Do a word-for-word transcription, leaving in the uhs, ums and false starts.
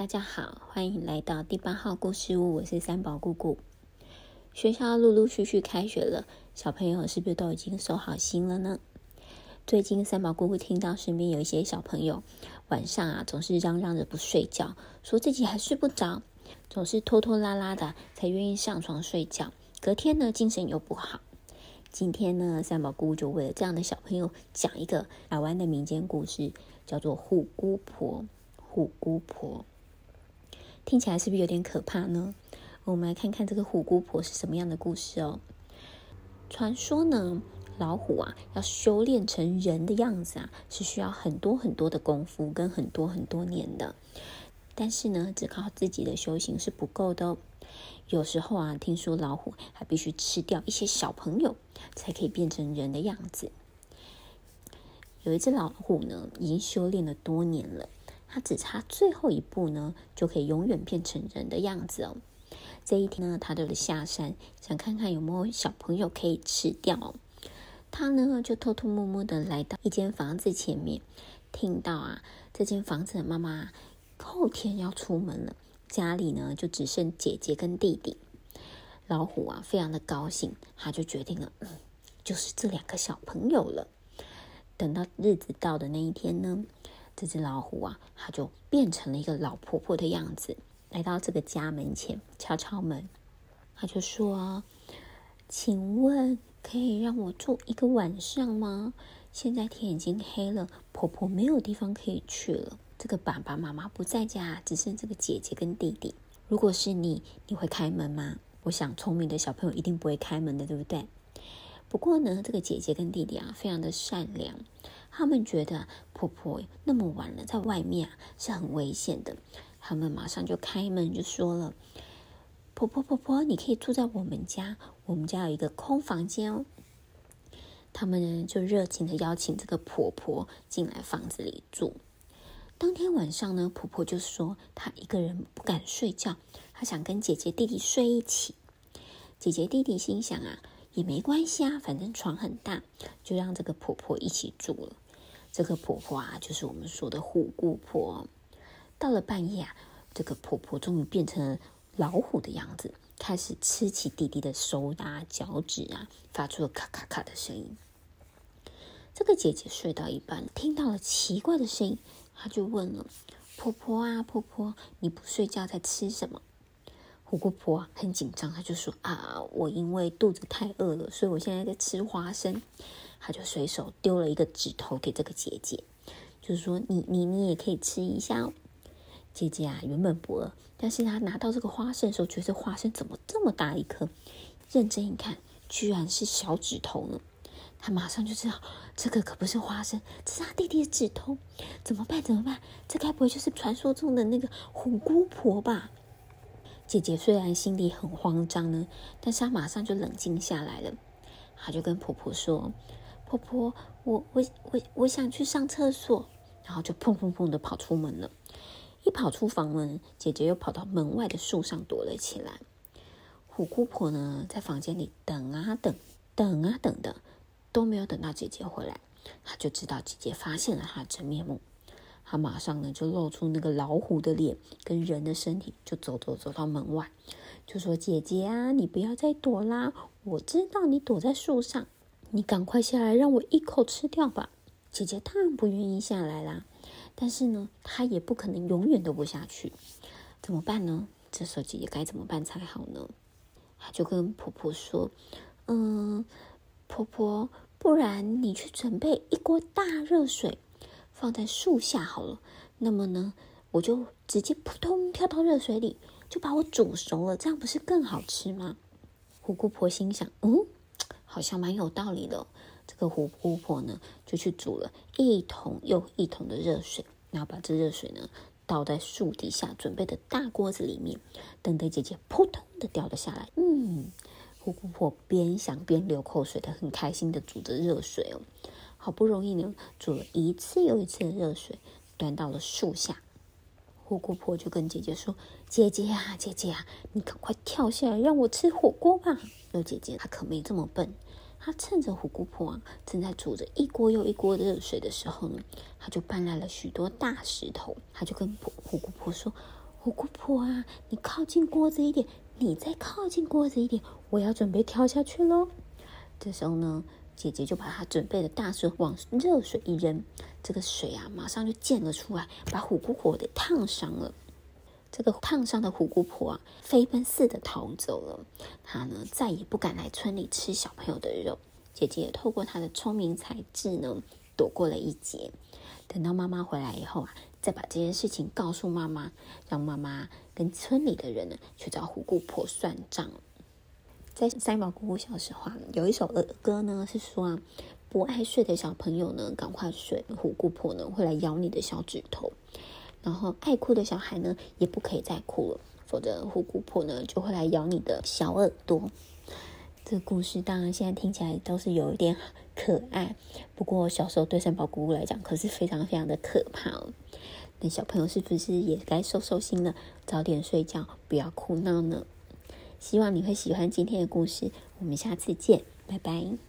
家好，欢迎来到第八号故事屋，我是三宝姑姑。学校陆陆续续开学了，小朋友是不是都已经收好心了呢？最近三宝姑姑听到身边有一些小朋友晚上啊总是嚷嚷着不睡觉，说自己还睡不着，总是拖拖拉拉的才愿意上床睡觉，隔天呢精神又不好。今天呢，三宝姑姑就为了这样的小朋友讲一个台湾的民间故事，叫做虎姑婆。虎姑婆听起来是不是有点可怕呢？我们来看看这个虎姑婆是什么样的故事哦。传说呢，老虎啊要修炼成人的样子啊，是需要很多很多的功夫跟很多很多年的。但是呢，只靠自己的修行是不够的哦。有时候啊，听说老虎还必须吃掉一些小朋友，才可以变成人的样子。有一只老虎呢，已经修炼了多年了，它只差最后一步呢，就可以永远变成人的样子哦。这一天呢，它就下山，想看看有没有小朋友可以吃掉哦。它呢，就偷偷摸摸的来到一间房子前面，听到啊，这间房子的妈妈后天要出门了，家里呢就只剩姐姐跟弟弟。老虎啊，非常的高兴，他就决定了，嗯，就是这两个小朋友了。等到日子到的那一天呢，这只老虎啊，它就变成了一个老婆婆的样子，来到这个家门前敲敲门。他就说：请问可以让我住一个晚上吗？现在天已经黑了，婆婆没有地方可以去了，这个爸爸妈妈不在家，只剩这个姐姐跟弟弟。如果是你，你会开门吗？我想聪明的小朋友一定不会开门的，对不对？不过呢，这个姐姐跟弟弟啊，非常的善良，他们觉得婆婆那么晚了在外面啊是很危险的，他们马上就开门就说了：婆婆婆婆，你可以住在我们家，我们家有一个空房间哦。他们呢就热情的邀请这个婆婆进来房子里住。当天晚上呢，婆婆就说她一个人不敢睡觉，她想跟姐姐弟弟睡一起。姐姐弟弟心想啊，也没关系啊，反正床很大，就让这个婆婆一起住了。这个婆婆啊，就是我们说的虎姑婆。到了半夜啊，这个婆婆终于变成了老虎的样子，开始吃起弟弟的手啊、脚趾啊，发出了咔咔咔的声音。这个姐姐睡到一半，听到了奇怪的声音，她就问了：婆婆啊，婆婆，你不睡觉在吃什么？虎姑婆很紧张，她就说：啊，我因为肚子太饿了，所以我现在在吃花生。她就随手丢了一个指头给这个姐姐，就是说你你你也可以吃一下哦。姐姐啊，原本不饿，但是她拿到这个花生的时候，觉得花生怎么这么大一颗？认真一看，居然是小指头呢。她马上就知道，这个可不是花生，这是她弟弟的指头。怎么办？怎么办？这该不会就是传说中的那个虎姑婆吧？姐姐虽然心里很慌张呢，但是她马上就冷静下来了。她就跟婆婆说：婆婆，我我我我想去上厕所。然后就砰砰砰的跑出门了。一跑出房门，姐姐又跑到门外的树上躲了起来。虎姑婆呢，在房间里等啊等，等啊等的，都没有等到姐姐回来。她就知道姐姐发现了她的真面目。她马上呢就露出那个老虎的脸跟人的身体，就走走走到门外，就说：姐姐啊，你不要再躲啦，我知道你躲在树上，你赶快下来让我一口吃掉吧。姐姐当然不愿意下来啦，但是呢，她也不可能永远都不下去。怎么办呢？这时候姐姐该怎么办才好呢？她就跟婆婆说：嗯，婆婆，不然你去准备一锅大热水，放在树下好了。那么呢，我就直接扑通跳到热水里，就把我煮熟了，这样不是更好吃吗？虎姑婆心想，嗯，好像蛮有道理的。这个虎姑婆呢，就去煮了一桶又一桶的热水，然后把这热水呢倒在树底下准备的大锅子里面，等着姐姐扑通的掉了下来。嗯，虎姑婆边想边流口水的，很开心的煮着热水哦。好不容易呢，煮了一次又一次的热水，端到了树下。虎姑婆就跟姐姐说：姐姐啊，姐姐啊，你赶快跳下来让我吃火锅吧。那姐姐她可没这么笨，她趁着虎姑婆啊正在煮着一锅又一锅的热水的时候呢，她就搬来了许多大石头。她就跟虎姑婆说： 虎姑婆啊，你靠近锅子一点，你再靠近锅子一点，我要准备跳下去咯。这时候呢，姐姐就把她准备的大水往热水一扔，这个水啊马上就溅了出来，把虎姑婆给烫伤了。这个烫伤的虎姑婆啊，飞奔似的逃走了。她呢，再也不敢来村里吃小朋友的肉。姐姐也透过她的聪明才智呢，躲过了一劫。等到妈妈回来以后啊，再把这件事情告诉妈妈，让妈妈跟村里的人呢，去找虎姑婆算账。在三宝姑姑小时候啊，有一首儿歌呢，是说啊，不爱睡的小朋友呢，赶快睡，虎姑婆呢会来咬你的小指头。然后爱哭的小孩呢，也不可以再哭了，否则虎姑婆呢就会来咬你的小耳朵。这个故事当然现在听起来都是有一点可爱，不过小时候对三宝姑姑来讲可是非常非常的可怕哦。那小朋友是不是也该收收心了，早点睡觉，不要哭闹呢？希望你会喜欢今天的故事，我们下次见，拜拜。